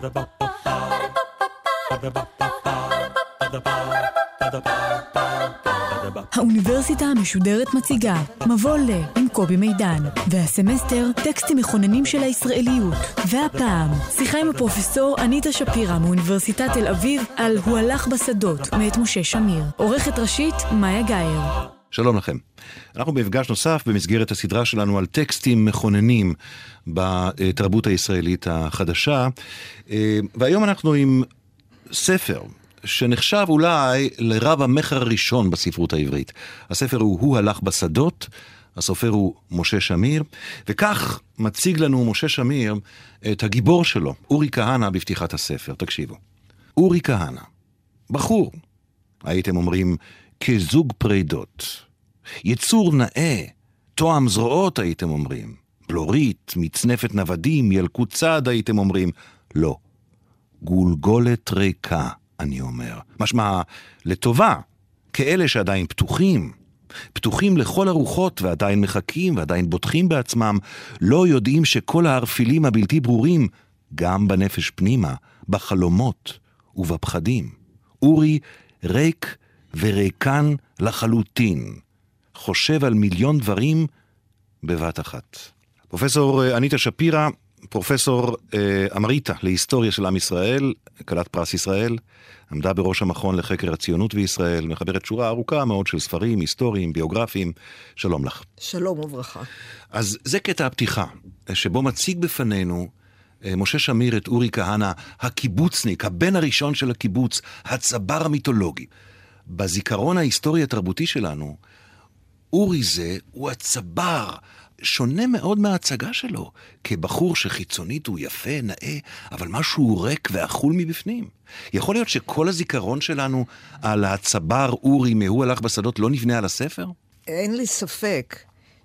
האוניברסיטה המשודרת מציגה מבוא ל עם קובי מידן, והסמסטר טקסטים מכוננים של הישראליות, והפעם שיחה עם הפרופסור אניטה שפירא מאוניברסיטת תל אביב על הוא הלך בשדות מאת משה שמיר. עורכת ראשית מאיה גאייר. שלום לכם. אנחנו במפגש נוסף במסגרת הסדרה שלנו על טקסטים מכוננים בתרבות הישראלית החדשה, והיום אנחנו עם ספר שנחשב אולי לרב המחר הראשון בספרות העברית. הספר הוא הלך בשדות, הסופר הוא משה שמיר, וכך מציג לנו משה שמיר את הגיבור שלו, אורי כהנא, בפתיחת הספר. תקשיבו. אורי כהנא, בחור, הייתם אומרים, כזוג פרידות, יצור נאה, תואם זרועות, הייתם אומרים, בלורית, מצנפת נוודים, ילקוט צד, הייתם אומרים, לא, גולגולת ריקה, אני אומר. משמע, לטובה, כאלה שעדיין פתוחים לכל הרוחות ועדיין מחכים ועדיין בוטחים בעצמם, לא יודעים שכל הערפילים הבלתי ברורים, גם בנפש פנימה, בחלומות ובפחדים. אורי ריק וריקן לחלוטין, חושב על מיליון דברים בבת אחת. פרופסור אניטה שפירא, פרופסור אמריטה להיסטוריה של עם ישראל, כלת פרס ישראל, עמדה בראש המכון לחקר הציונות בישראל, מחברת שורה ארוכה מאוד של ספרים, היסטוריים, ביוגרפיים. שלום לך. שלום וברכה. אז זה קטע הפתיחה, שבו מציג בפנינו משה שמיר את אורי כהנא, הקיבוצניק, הבן הראשון של הקיבוץ, הצבר המיתולוגי. בזיכרון ההיסטורי התרבותי שלנו, אורי זה הוא הצבר, שונה מאוד מההצגה שלו, כבחור שחיצונית הוא יפה, נאה, אבל משהו ריק ואכול מבפנים. יכול להיות שכל הזיכרון שלנו על הצבר אורי מהוא הלך בשדות לא נבנה על הספר? אין לי ספק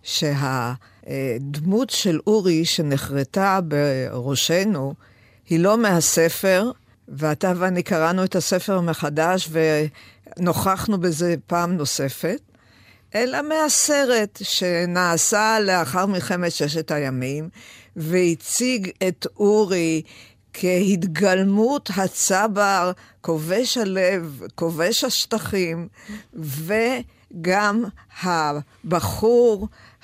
שהדמות של אורי שנחרטה בראשנו היא לא מהספר, ואתה ואני קראנו את הספר מחדש ונוכחנו בזה פעם נוספת, אלא מהסרט שנעשה לאחר מלחמת ששת הימים, והציג את אורי כהתגלמות הצבר, כובש הלב, כובש השטחים, וגם הבחור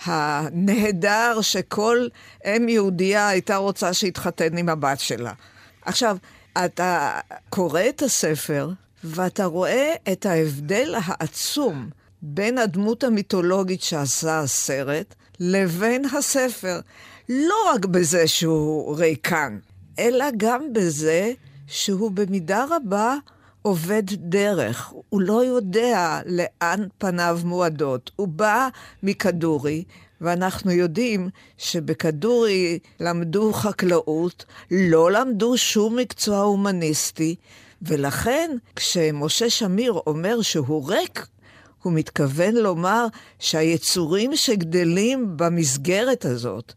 הנהדר שכל אם יהודייה הייתה רוצה שיתחתן עם הבת שלה. עכשיו, אתה קורא את הספר, ואתה רואה את ההבדל העצום בין הדמות המיתולוגית שעשה הסרט, לבין הספר. לא רק בזה שהוא ריקן, אלא גם בזה שהוא במידה רבה עובד דרך. הוא לא יודע לאן פניו מועדות. הוא בא מכדורי, ואנחנו יודעים שבכדורי למדו חקלאות, לא למדו שום מקצוע הומניסטי, ולכן כשמשה שמיר אומר שהוא ריק, הוא מתכוון לומר שהיצורים שגדלים במסגרת הזאת,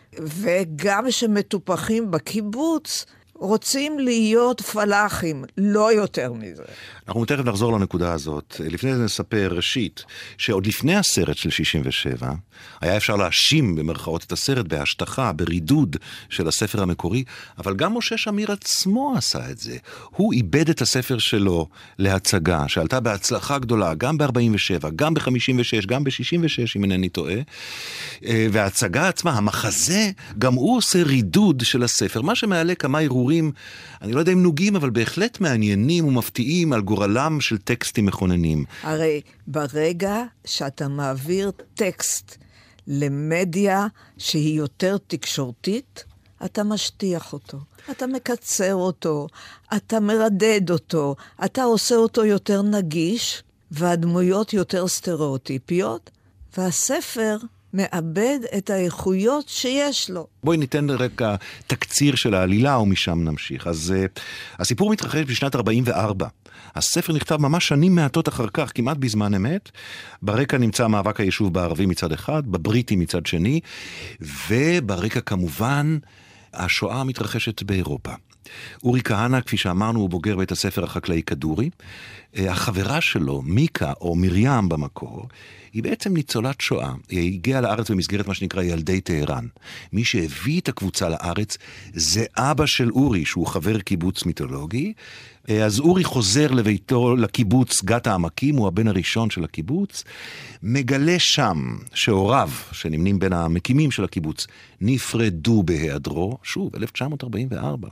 וגם שמטופחים בקיבוץ, רוצים להיות פלאחים, לא יותר מזה. אנחנו תכף נחזור לנקודה הזאת. לפני זה נספר ראשית, שעוד לפני הסרט של 67, היה אפשר להאשים במרכאות את הסרט בהשטחה, ברידוד של הספר המקורי, אבל גם משה שמיר עצמו עשה את זה. הוא איבד את הספר שלו להצגה, שעלתה בהצלחה גדולה, גם ב-47, גם ב-56, גם ב-66, אם אינני טועה. וההצגה עצמה, המחזה, גם הוא עושה רידוד של הספר, מה שמעלה כמה ערעורים, אני לא יודע אם נוגעים, אבל בהחלט מעניינים ומפתיעים על גורלם של טקסטים מכוננים. הרי ברגע שאתה מעביר טקסט למדיה שהיא יותר תקשורתית, אתה משטיח אותו, אתה מקצר אותו, אתה מרדד אותו, אתה עושה אותו יותר נגיש, והדמויות יותר סטריאוטיפיות, והספר מאבד את האיכויות שיש לו. בואי ניתן רגע תקציר של העלילה ומשם נמשיך. אז הסיפור מתרחש בשנת 44. הספר נכתב ממש שנים מעטות אחר כך, כמעט בזמן אמת. ברקע נמצא מאבק היישוב בערבי מצד אחד, בבריטי מצד שני, וברקע כמובן השואה מתרחשת באירופה. אורי כהנא, כפי שאמרנו, הוא בוגר בית הספר החקלאי כדורי. החברה שלו, מיקה או מרים במקור, היא בעצם ניצולת שואה. היא הגיעה לארץ במסגרת מה שנקרא ילדי טהרן. מי שהביא את הקבוצה לארץ זה אבא של אורי, שהוא חבר קיבוץ מיתולוגי. אז אורי חוזר לביתו, לקיבוץ גת העמקים, הוא הבן הראשון של הקיבוץ, מגלה שם שהוריו, שנמנים בין המקימים של הקיבוץ, נפרדו בהיעדרו, שוב, 1944,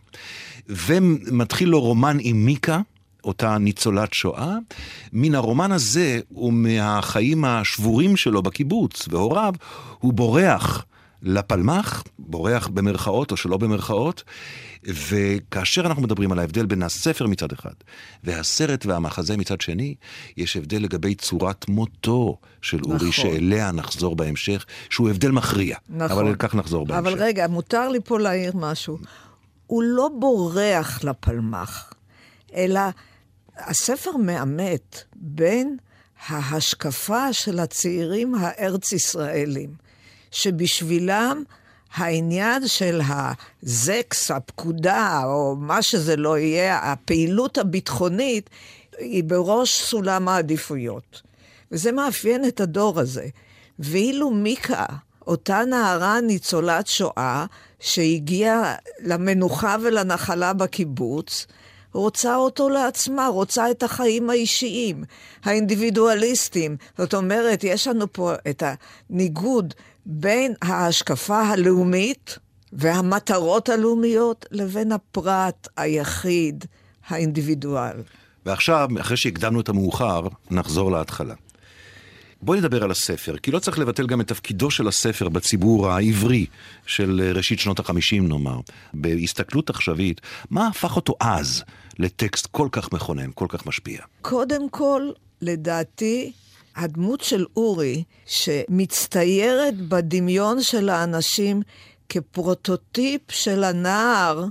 ומתחיל לו רומן עם מיקה, אותה ניצולת שואה. מן הרומן הזה ומהחיים השבורים שלו בקיבוץ והוריו, הוא בורח לפלמח, בורח במרכאות או שלא במרכאות, וכאשר אנחנו מדברים על ההבדל בין הספר מצד אחד, והסרט והמחזה מצד שני, יש הבדל לגבי צורת מותו של אורי, נכון. שאליה נחזור בהמשך, שהוא הבדל מכריע. נכון. אבל כך נחזור בהמשך. אבל רגע, מותר לי פה להעיר משהו. הוא לא בורח לפלמח, אלא הספר מאמת בין ההשקפה של הצעירים הארץ ישראלים, שבשבילם העניין של הזקס, הפקודה, או מה שזה לא יהיה, הפעילות הביטחונית, היא בראש סולם העדיפויות. וזה מאפיין את הדור הזה. ואילו מיקה, אותה נערה ניצולת שואה, שהגיעה למנוחה ולנחלה בקיבוץ, רוצה אותו לעצמה, רוצה את החיים האישיים, האינדיבידואליסטים. זאת אומרת, יש לנו פה את הניגוד בין ההשקפה הלאומית והמטרות הלאומיות לבין הפרט היחיד, האינדיבידואל. ועכשיו, אחרי שהקדמנו את המאוחר, נחזור להתחלה. בואי נדבר על הספר, כי לא צריך לבטל גם את תפקידו של הספר בציבור העברי של ראשית שנות ה-50, נאמר. בהסתכלות עכשווית, מה הפך אותו אז לטקסט כל כך מכונן, כל כך משפיע? קודם כל, לדעתי, הדמות של אורי, שמצטיירת בדמיון של האנשים כפרוטוטיפ של הנער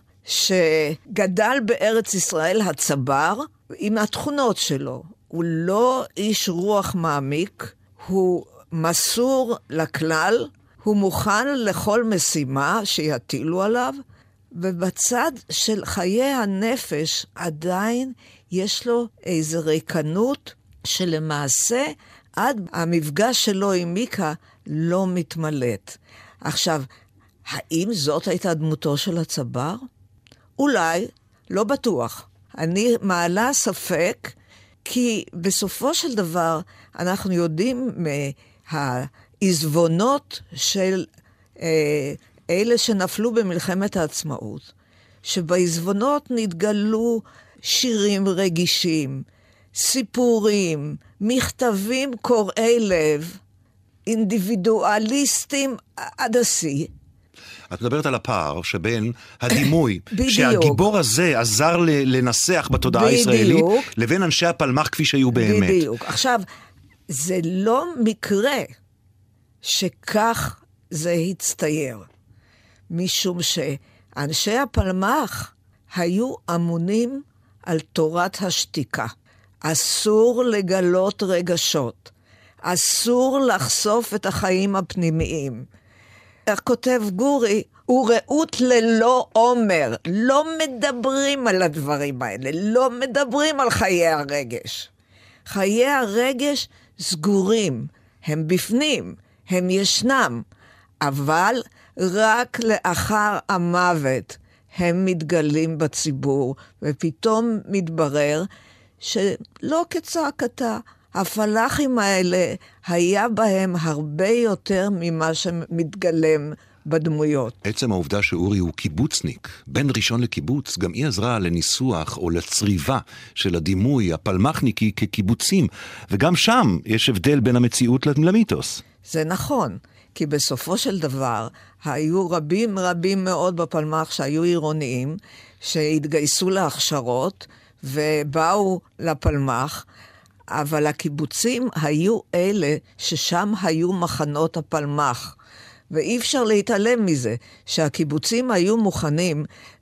שגדל בארץ ישראל הצבר, עם התכונות שלו. הוא לא איש רוח מעמיק, הוא מסור לכלל, הוא מוכן לכל משימה שיטילו עליו, ובצד של חיי הנפש עדיין יש לו איזו ריקנות שלמעשה עד המפגש שלו עם מיקה לא מתמלאת. עכשיו, האם זאת הייתה דמותו של הצבר? אולי, לא בטוח. אני מעלה ספק, כי בסופו של דבר אנחנו יודעים מהעזבונות של אלה שנפלו במלחמת העצמאות, שבעזבונות נתגלו שירים רגישים, סיפורים, מכתבים קוראי לב, אינדיבידואליסטים עד השיא. את מדברת על הפער שבין הדימוי שהגיבור הזה עזר לנסח בתודעה הישראלית, לבין אנשי הפלמח כפי שהיו באמת. בדיוק. עכשיו, זה לא מקרה שכך זה הצטייר, משום שאנשי הפלמח היו אמונים על תורת השתיקה. אסור לגלות רגשות, אסור לחשוף את החיים הפנימיים. איך כותב גורי, הוא ראות ללא עומר, לא מדברים על הדברים האלה, לא מדברים על חיי הרגש. חיי הרגש סגורים, הם בפנים, הם ישנם, אבל רק לאחר המוות הם מתגלים בציבור, ופתאום מתברר שלא כצעקתה, הפלחים האלה היה בהם הרבה יותר ממה שמתגלם בדמויות. עצם העובדה שאורי הוא קיבוצניק, בן ראשון לקיבוץ, גם היא עזרה לניסוח או לצריבה של הדימוי הפלמחניקי כקיבוצים, וגם שם יש הבדל בין המציאות למיתוס. זה נכון, כי בסופו של דבר היו רבים מאוד בפלמח שהיו עירוניים, שהתגייסו להכשרות ובאו לפלמח, אבל הקיבוצים היו אלה ששם היו מחנות הפלמח, ואי אפשר להתעלם מזה, שהקיבוצים היו מוכנים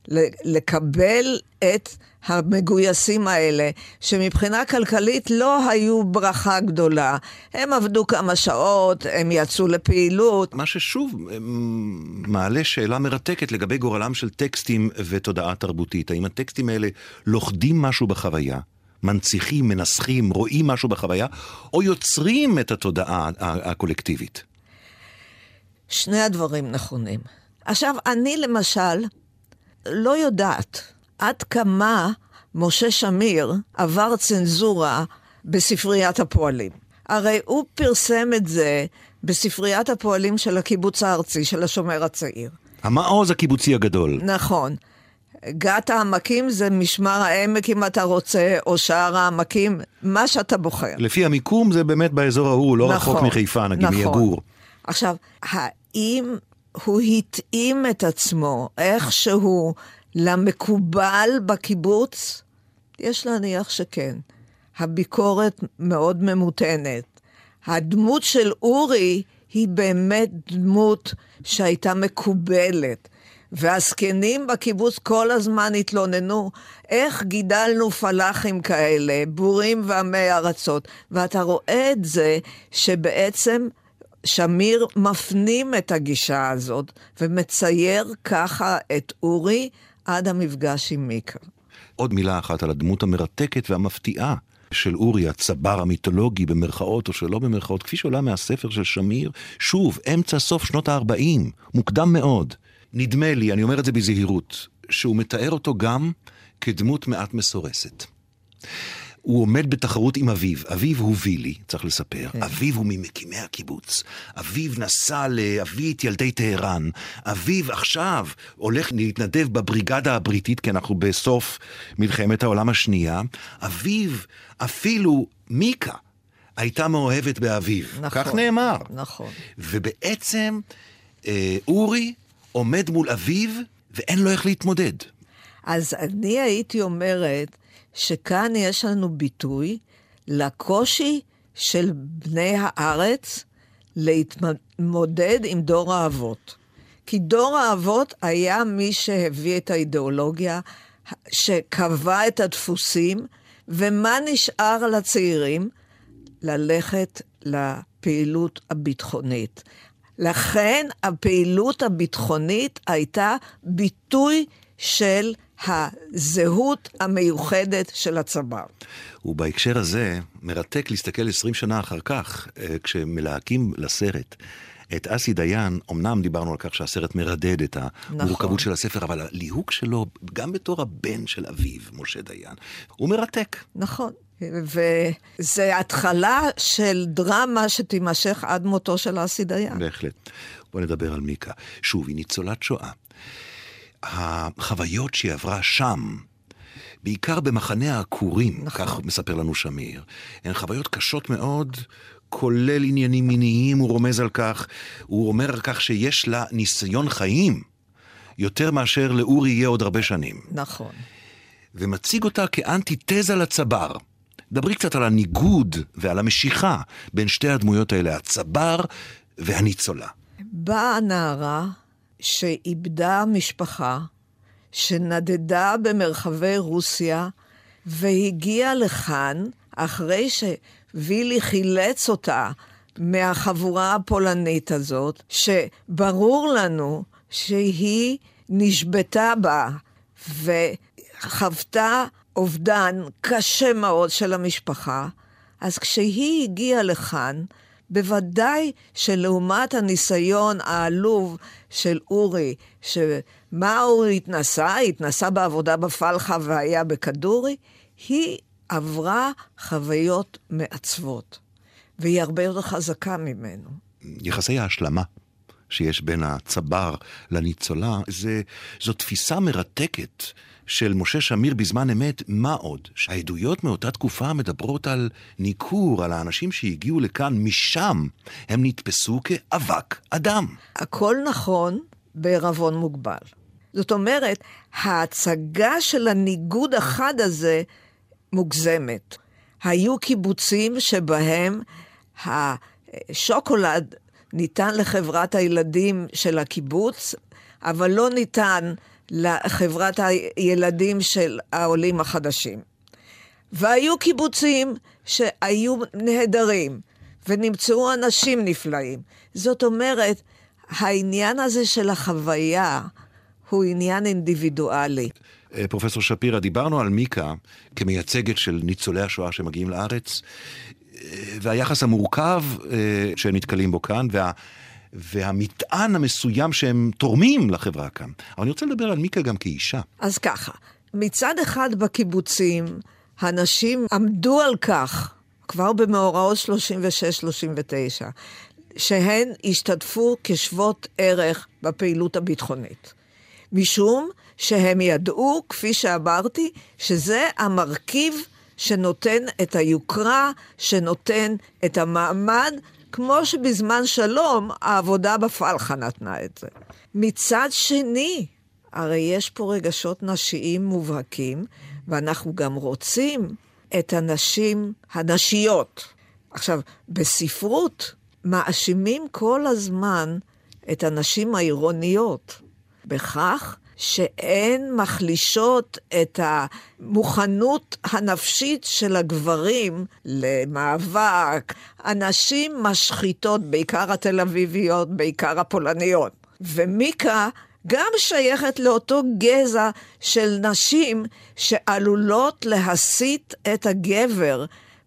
לקבל את המגויסים האלה, שמבחינה כלכלית לא היו ברכה גדולה. הם עבדו כמה שעות, הם יצאו לפעילות. מה ששוב מעלה שאלה מרתקת לגבי גורלם של טקסטים ותודעה תרבותית. האם הטקסטים האלה לוכדים משהו בחוויה? מנציחים, מנסחים, רואים משהו בחוויה, או יוצרים את התודעה הקולקטיבית? שני הדברים נכונים. עכשיו, אני למשל לא יודעת עד כמה משה שמיר עבר צנזורה בספריית הפועלים. הרי הוא פרסם את זה בספריית הפועלים של הקיבוץ הארצי, של השומר הצעיר. המעוז הקיבוצי הגדול. נכון. גת העמקים זה משמר העמק אם אתה רוצה, או שער העמקים, מה שאתה בוחר. לפי המיקום זה באמת באזור ההוא, לא רחוק מחיפה, נגיד מיגור. עכשיו, האם הוא התאים את עצמו איכשהו למקובל בקיבוץ? יש להניח שכן. הביקורת מאוד ממותנת. הדמות של אורי היא באמת דמות שהייתה מקובלת. והזקנים בקיבוץ כל הזמן התלוננו, איך גידלנו פלחים כאלה, בורים ועמי ארצות. ואתה רואה את זה שבעצם שמיר מפנים את הגישה הזאת, ומצייר ככה את אורי עד המפגש עם מיקה. עוד מילה אחת על הדמות המרתקת והמפתיעה של אורי, הצבר המיתולוגי במרכאות או שלא במרכאות, כפי שעולה מהספר של שמיר, שוב, אמצע סוף שנות ה-40, מוקדם מאוד. נדמה לי, אני אומר את זה בזהירות, שהוא מתאר אותו גם כדמות מעט מסורסת. הוא עומד בתחרות עם אביו. אביו הוא וילי, צריך לספר. אביו הוא ממקימי הקיבוץ. אביו נסע להביא את ילדי טהרן. אביו עכשיו הולך להתנדב בבריגדה הבריטית, כי אנחנו בסוף מלחמת העולם השנייה. אביו, אפילו מיקה, הייתה מאוהבת באביו. נכון, כך נאמר. נכון. ובעצם אורי עומד מול אביו, ואין לו איך להתמודד. אז אני הייתי אומרת, שכאן יש לנו ביטוי לקושי של בני הארץ להתמודד עם דור האבות. כי דור האבות היה מי שהביא את האידיאולוגיה, שקבע את הדפוסים, ומה נשאר לצעירים? ללכת לפעילות הביטחונית. לכן הפעילות הביטחונית הייתה ביטוי של הזהות המיוחדת של הצבא. ובהקשר הזה מרתק להסתכל 20 שנה אחר כך, כשמלהקים לסרט את אסי דיין, אמנם דיברנו על כך שהסרט מרדד את המורכבות של הספר, אבל הליהוק שלו, גם בתור הבן של אביו, משה דיין, הוא מרתק. נכון. וזה התחלה של דרמה שתימשך עד מותו של אסי דיין. בהחלט. בוא נדבר על מיקה. שוב, היא ניצולת שואה. החוויות שהיא עברה שם, בעיקר במחנה העקורים, נכון. כך מספר לנו שמיר, הן חוויות קשות מאוד, כולל עניינים מיניים, הוא רומז על כך, הוא אומר על כך שיש לה ניסיון חיים, יותר מאשר לאורי יהיה עוד הרבה שנים. נכון. ומציג אותה כאנטיתזה לצבר. דברי קצת על הניגוד ועל המשיכה בין שתי הדמויות האלה, הצבר והניצולה. באה נערה שאיבדה משפחה, שנדדה במרחבי רוסיה, והגיעה לכאן אחרי שווילי חילץ אותה מהחבורה הפולנית הזאת, שברור לנו שהיא נשבתה בה, וחוותה אובדן קשה מאוד של המשפחה. אז כשהיא הגיעה לכאן, בוודאי שלעומת הניסיון העלוב של אורי, שמה אורי התנסה? התנסה בעבודה בפלחה והיה בכדורי, היא עברה חוויות מעצבות, והיא הרבה יותר חזקה ממנו. יחסי ההשלמה שיש בין הצבר לניצולה, זו תפיסה מרתקת של משה שמיר בזמן אמת. מה עוד? שהעדויות מאותה תקופה מדברות על ניכור, על האנשים שהגיעו לכאן משם, הם נתפסו כאבק אדם. הכל נכון בערבון מוגבל. זאת אומרת, ההצגה של הניגוד החד הזה מוגזמת. היו קיבוצים שבהם השוקולד ניתן לחברת הילדים של הקיבוץ, אבל לא ניתן לחברת הילדים של העולים החדשים. והיו קיבוצים שהיו נהדרים, ונמצאו אנשים נפלאים. זאת אומרת, העניין הזה של החוויה הוא עניין אינדיבידואלי. פרופסור שפירא, דיברנו על מיקה כמייצגת של ניצולי השואה שמגיעים לארץ, והיחס המורכב שהם נתקלים בו כאן, והמטען המסוים שהם תורמים לחברה כאן. אבל אני רוצה לדבר על מיקה גם כאישה. אז ככה, מצד אחד בקיבוצים, הנשים עמדו על כך, כבר במאורעות 36-39, שהן השתתפו כשוות ערך בפעילות הביטחונית. משום שהם ידעו, כפי שאמרתי, שזה המרכיב שנותן את היוקרה, שנותן את המעמד, כמו שבזמן שלום העבודה בפלחה נתנה את זה. מצד שני, הרי יש פה רגשות נשיים מובהקים, ואנחנו גם רוצים את הנשים הנשיות. עכשיו, בספרות מאשימים כל הזמן את הנשים העירוניות, בכך שהן מחלישות את המוכנות הנפשית של הגברים למאבק. הנשים משחיתות, בעיקר התל אביביות, בעיקר הפולניות. ומיקה גם שייכת לאותו גזע של נשים שעלולות להסיט את הגבר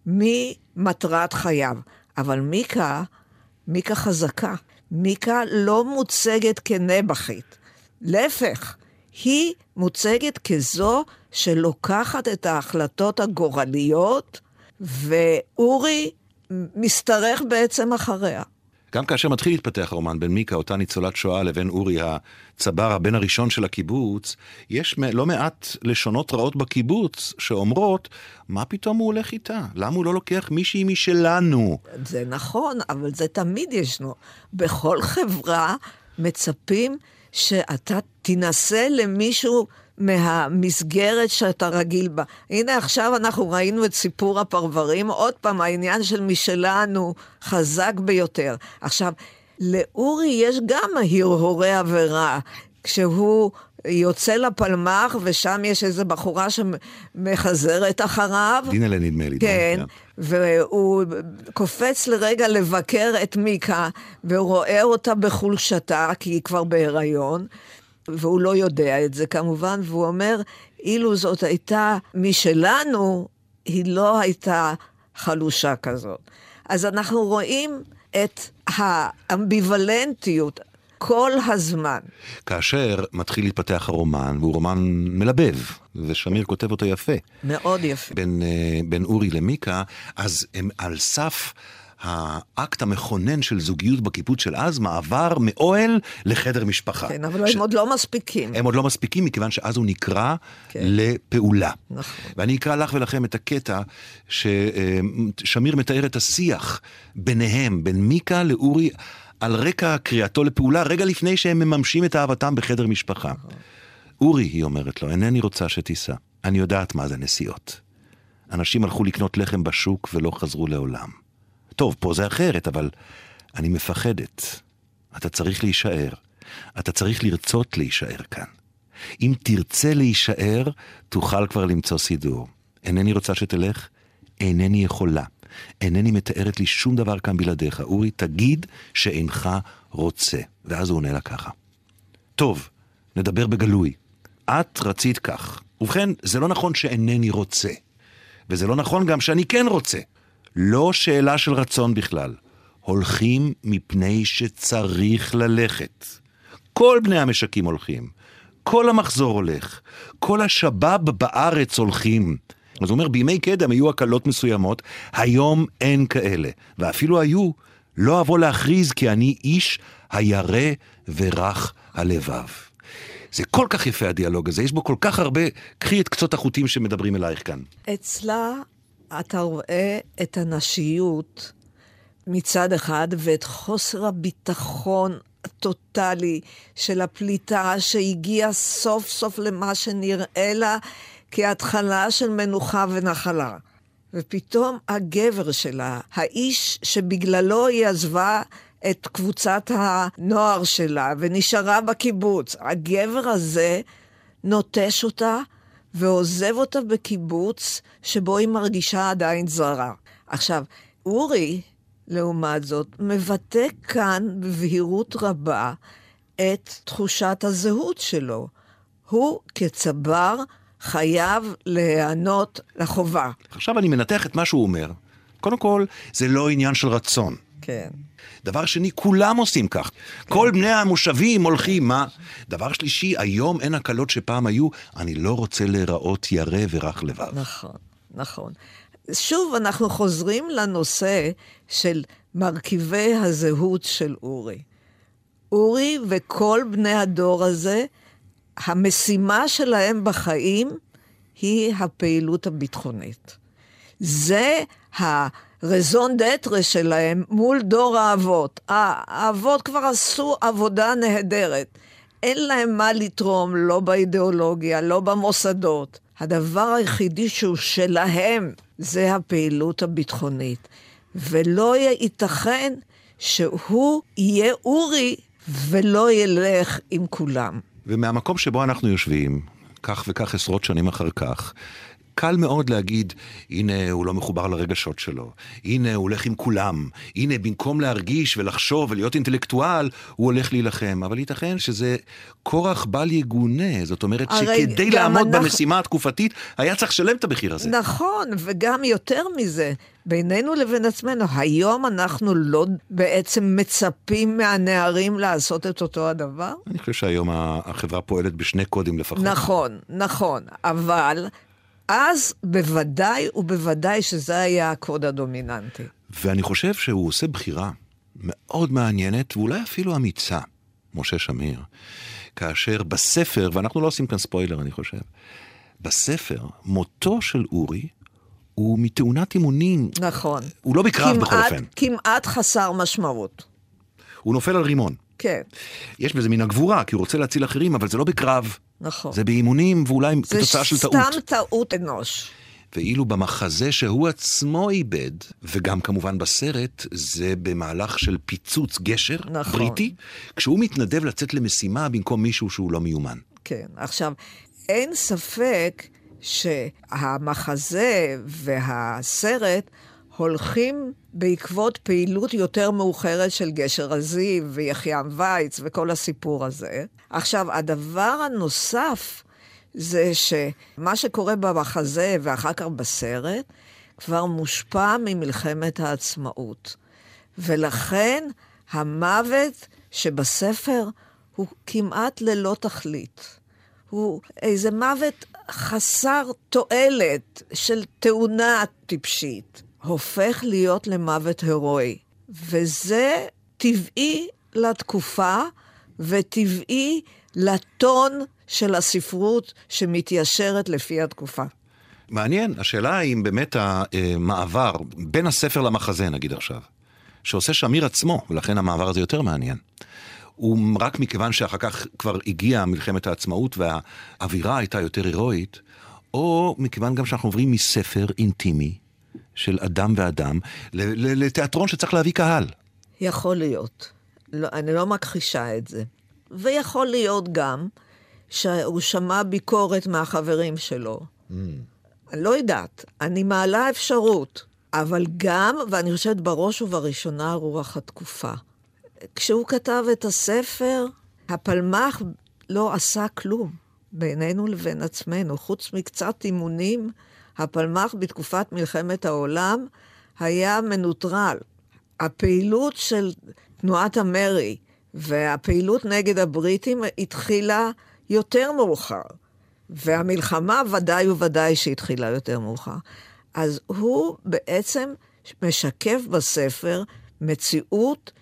ממטרת חייו. אבל מיקה חזקה. מיקה לא מוצגת כנבחית. להפך, היא מוצגת כזו שלוקחת את ההחלטות הגורליות, ואורי מסתרך בעצם אחריה. גם כאשר מתחיל להתפתח הרומן בין מיקה, אותה ניצולת שואה, לבין אורי הצבר, הבן הראשון של הקיבוץ, יש לא מעט לשונות רעות בקיבוץ שאומרות, מה פתאום הוא הולך איתה? למה הוא לא לוקח מישהי משלנו? זה נכון, אבל זה תמיד ישנו. בכל חברה מצפים שאתה תנסה למישהו מהמסגרת שאתה רגיל בה. הנה עכשיו אנחנו ראינו את סיפור הפרברים, עוד פעם העניין של משלנו חזק ביותר. עכשיו, לאורי יש גם הרהורי עבירה, כשהוא יוצא לפלמח ושם יש איזו בחורה שמחזרת אחריו. דינלה נדמה לי. כן, והוא קופץ לרגע לבקר את מיקה, והוא רואה אותה בחולשתה, כי היא כבר בהיריון, והוא לא יודע את זה כמובן, והוא אומר, אילו זאת הייתה משלנו, היא לא הייתה חלושה כזאת. אז אנחנו רואים את האמביוולנטיות כל הזמן. כאשר מתחיל להתפתח הרומן, והוא רומן מלבב, ושמיר כותב אותו יפה. מאוד יפה. בין אורי למיקה, אז הם על סף האקט המכונן של זוגיות בקיבוץ של אז, מעבר מאוהל לחדר משפחה. כן, אבל הם עוד לא מספיקים. הם עוד לא מספיקים, מכיוון שאז הוא נקרא לפעולה. נכון. ואני אקרא לך ולכם את הקטע ששמיר מתאר את השיח ביניהם, בין מיקה לאורי, על רקע קריאתו לפעולה, רגע לפני שהם מממשים את אהבתם בחדר משפחה. אורי, היא אומרת לו, אינני רוצה שתיסע. אני יודעת מה זה נסיעות. אנשים הלכו לקנות לחם בשוק ולא חזרו לעולם. טוב, פה זה אחרת, אבל אני מפחדת. אתה צריך להישאר. אתה צריך לרצות להישאר כאן. אם תרצה להישאר, תוכל כבר למצוא סידור. אינני רוצה שתלך, אינני יכולה. אינני מתארת לי שום דבר כאן בלעדיך. אורי, תגיד שאינך רוצה. ואז הוא עונה לה ככה. טוב, נדבר בגלוי. את רצית כך. ובכן, זה לא נכון שאינני רוצה. וזה לא נכון גם שאני כן רוצה. לא שאלה של רצון בכלל. הולכים מפני שצריך ללכת. כל בני המשקים הולכים. כל המחזור הולך. כל השבב בארץ הולכים. אז הוא אומר, בימי קדם היו הקלות מסוימות, היום אין כאלה. ואפילו היו, לא אבוא להכריז כי אני איש הירא ורך הלבב. זה כל כך יפה הדיאלוג הזה, יש בו כל כך הרבה, קחי את קצות החוטים שמדברים אלייך כאן. אצלה אתה רואה את הנשיות מצד אחד, ואת חוסר הביטחון הטוטלי של הפליטה שהגיעה סוף סוף למה שנראה לה כהתחלה של מנוחה ונחלה. ופתאום הגבר שלה, האיש שבגללו היא עזבה את קבוצת הנוער שלה ונשארה בקיבוץ. הגבר הזה נוטש אותה ועוזב אותה בקיבוץ שבו היא מרגישה עדיין זרה. עכשיו, אורי, לעומת זאת, מבטא כאן בבהירות רבה את תחושת הזהות שלו. הוא כצבר חייב להיענות לחובה. עכשיו אני מנתח את מה שהוא אומר. קודם כל, זה לא עניין של רצון. כן. דבר שני, כולם עושים כך. כן. כל בני המושבים הולכים, מה? דבר שלישי, היום אין הקלות שפעם היו, אני לא רוצה להיראות ירא ורך לבב. נכון, נכון. שוב, אנחנו חוזרים לנושא של מרכיבי הזהות של אורי. אורי וכל בני הדור הזה, המשימה שלהם בחיים היא הפעילות הביטחונית. זה הרזון דטרה שלהם מול דור האבות. האבות כבר עשו עבודה נהדרת. אין להם מה לתרום, לא באידיאולוגיה, לא במוסדות. הדבר היחידי שהוא שלהם זה הפעילות הביטחונית. ולא ייתכן שהוא יהיה אורי ולא ילך עם כולם. ומהמקום שבו אנחנו יושבים, כך וכך עשרות שנים אחר כך, קל מאוד להגיד, הנה הוא לא מחובר לרגשות שלו, הנה הוא הולך עם כולם, הנה במקום להרגיש ולחשוב ולהיות אינטלקטואל, הוא הולך להילחם. אבל ייתכן שזה כורח בל יגונה, זאת אומרת שכדי לעמוד במשימה התקופתית, היה צריך לשלם את המחיר הזה. נכון, וגם יותר מזה, בינינו לבין עצמנו, היום אנחנו לא בעצם מצפים מהנערים לעשות את אותו הדבר? אני חושב שהיום החברה פועלת בשני קודים לפחות. נכון, נכון, אבל אז בוודאי ובוודאי שזה היה הקוד הדומיננטי. ואני חושב שהוא עושה בחירה מאוד מעניינת, ואולי אפילו אמיצה, משה שמיר, כאשר בספר, ואנחנו לא עושים כאן ספוילר אני חושב, בספר, מותו של אורי, הוא מתאונת אימונים. נכון. הוא לא בקרב בכל אופן. כמעט חסר משמעות. הוא נופל על רימון. כן. יש בזה מן הגבורה, כי הוא רוצה להציל אחרים, אבל זה לא בקרב. נכון. זה באימונים, ואולי כתוצאה של טעות. זה סתם טעות אנוש. ואילו במחזה שהוא עצמו איבד, וגם כמובן בסרט, זה במהלך של פיצוץ גשר נכון. בריטי, כשהוא מתנדב לצאת למשימה במקום מישהו שהוא לא מיומן. כן, עכשיו, אין ספק שהמחזה והסרט הולכים בעקבות פעילות יותר מאוחרת של גשר הזיו ויחיים וייץ וכל הסיפור הזה. עכשיו, הדבר הנוסף זה שמה שקורה במחזה ואחר כך בסרט כבר מושפע ממלחמת העצמאות. ולכן המוות שבספר הוא כמעט ללא תכלית. הוא איזה מוות חסר תועלת של תאונה טיפשית. הופך להיות למוות הרואי. וזה טבעי לתקופה וטבעי לטון של הספרות שמתיישרת לפי התקופה. מעניין, השאלה היא אם באמת המעבר בין הספר למחזה, נגיד עכשיו, שעושה שמיר עצמו, ולכן המעבר הזה יותר מעניין. הוא רק מכיוון שאחר כך כבר הגיעה מלחמת העצמאות והאווירה הייתה יותר הירואית, או מכיוון גם שאנחנו עוברים מספר אינטימי של אדם ואדם לתיאטרון שצריך להביא קהל. יכול להיות. לא, אני לא מכחישה את זה. ויכול להיות גם שהוא שמע ביקורת מהחברים שלו. אני לא יודעת. אני מעלה אפשרות. אבל גם, ואני חושבת בראש ובראשונה, רוח התקופה. כשהוא כתב את הספר, הפלמ"ח לא עשה כלום בינינו לבין עצמנו. חוץ מקצת אימונים, הפלמ"ח בתקופת מלחמת העולם היה מנוטרל. הפעילות של תנועת המרי והפעילות נגד הבריטים התחילה יותר מאוחר. והמלחמה ודאי וודאי שהתחילה יותר מאוחר. אז הוא בעצם משקף בספר מציאות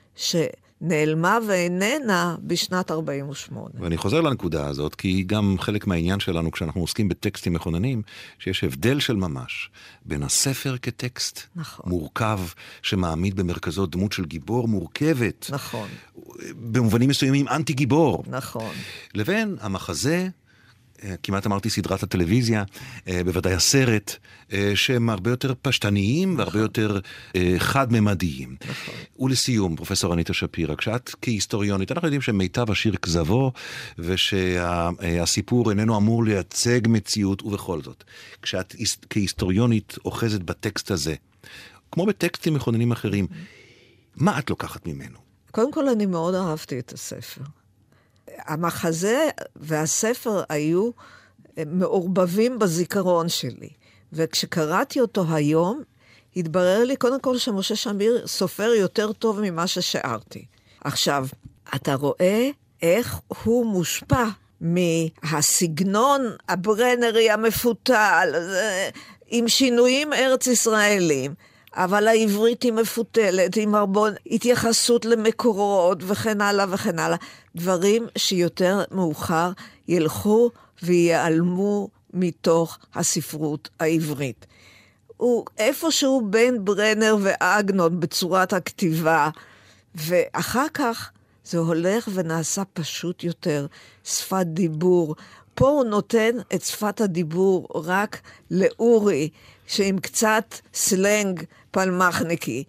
שנעלמה ואיננה בשנת 48. ואני חוזר לנקודה הזאת, כי גם חלק מהעניין שלנו כשאנחנו עוסקים בטקסטים מכוננים, שיש הבדל של ממש בין הספר כטקסט נכון. מורכב, שמעמיד במרכזו דמות של גיבור מורכבת. נכון. במובנים מסוימים אנטי גיבור. נכון. לבין המחזה, כמעט אמרתי סדרת הטלוויזיה, בוודאי הסרט, שהם הרבה יותר פשטניים והרבה יותר חד-ממדיים. ולסיום, פרופסור אניטה שפירא, כשאת כהיסטוריונית, אנחנו יודעים שמיטב השיר כזבו, ושהסיפור איננו אמור לייצג מציאות, ובכל זאת, כשאת כהיסטוריונית אוחזת בטקסט הזה, כמו בטקסטים מכוננים אחרים, מה את לוקחת ממנו? קודם כל, אני מאוד אהבתי את הספר. המחזה והספר היו מעורבבים בזיכרון שלי. וכשקראתי אותו היום, התברר לי קודם כל שמשה שמיר סופר יותר טוב ממה ששארתי. עכשיו, אתה רואה איך הוא מושפע מהסגנון הברנרי המפותל, עם שינויים ארץ ישראלים, אבל העברית היא מפותלת, עם הרבה התייחסות למקורות וכן הלאה וכן הלאה. דברים שיותר מאוחר ילכו ויעלמו מתוך הספרות העברית. הוא איפשהו בין ברנר ואגנון בצורת הכתיבה, ואחר כך זה הולך ונעשה פשוט יותר, שפת דיבור. פה הוא נותן את שפת הדיבור רק לאורי, שעם קצת סלנג פלמחניקי.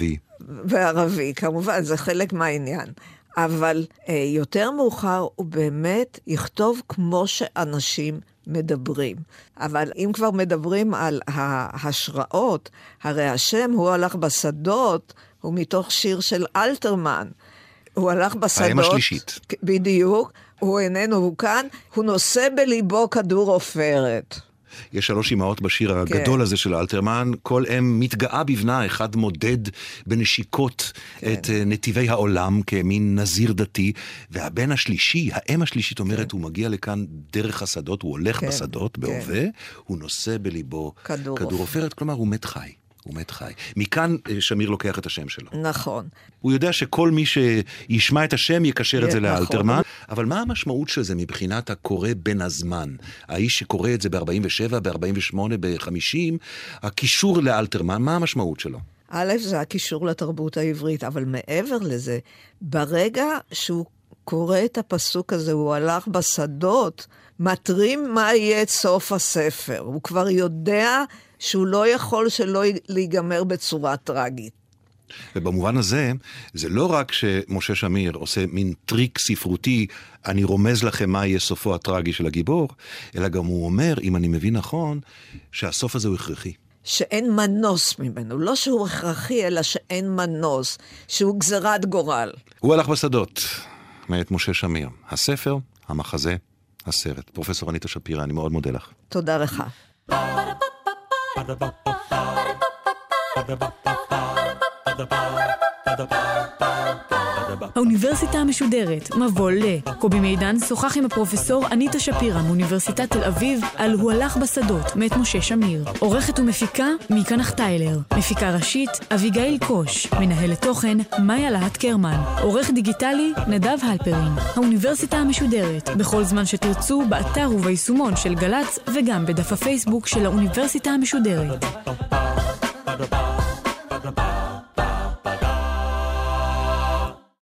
וערבי, כמובן, זה חלק מהעניין. אבל יותר מאוחר הוא באמת יכתוב כמו שאנשים מדברים. אבל אם כבר מדברים על ההשראות, הרי השם הוא הלך בשדות, הוא מתוך שיר של אלתרמן. הוא הלך בשדות. האם השלישית. בדיוק. הוא איננו, הוא כאן. הוא נושא בליבו כדור עופרת. יש 3 אמהות בשיר הגדול הזה של אלתרמן, כל אם מתגאה בבנה, אחד מודד בנשיקות את נתיבי העולם כמין נזיר דתי, והבן השלישי, האם השלישית אומרת, הוא מגיע לכאן דרך השדות, הוא הולך בשדות, בהווה, הוא נושא בליבו כדור עופרת, כלומר הוא מת חי. הוא מת חי. מכאן שמיר לוקח את השם שלו. נכון. הוא יודע שכל מי שישמע את השם יקשר את זה לאלתרמן, אבל מה המשמעות של זה מבחינת הקורא בין הזמן? האיש שקורא את זה ב-47, ב-48, ב-50, הקישור לאלתרמן, מה המשמעות שלו? א', זה הקישור לתרבות העברית, אבל מעבר לזה, ברגע שהוא קורא את הפסוק הזה, הוא הלך בשדות, מטרים מה יהיה את סוף הספר. הוא כבר יודע שהוא לא יכול שלא להיגמר בצורה טרגית. ובמובן הזה, זה לא רק שמשה שמיר עושה מין טריק ספרותי, אני רומז לכם מה יהיה סופו הטרגי של הגיבור, אלא גם הוא אומר, אם אני מבין נכון, שהסוף הזה הוא הכרחי. שאין מנוס ממנו, לא שהוא הכרחי, אלא שאין מנוס, שהוא גזרת גורל. הוא הלך בשדות, מאת משה שמיר. הספר, המחזה, הסרט. פרופסור אניטה שפירא, אני מאוד מודה לך. תודה לך. האוניברסיטה המשודרת, מבוא ל. קובי מידן שוחח עם הפרופסור אניטה שפירא מאוניברסיטת תל אביב על הוא הלך בשדות מאת משה שמיר. עורכת ומפיקה מיקה נחטיילר. מפיקה ראשית אביגיל קוש. מנהלת תוכן מאיה להט קרמן. עורך דיגיטלי נדב הלפרין. האוניברסיטה המשודרת, בכל זמן שתרצו, באתר וביישומון של גלץ וגם בדף הפייסבוק של האוניברסיטה המשודרת.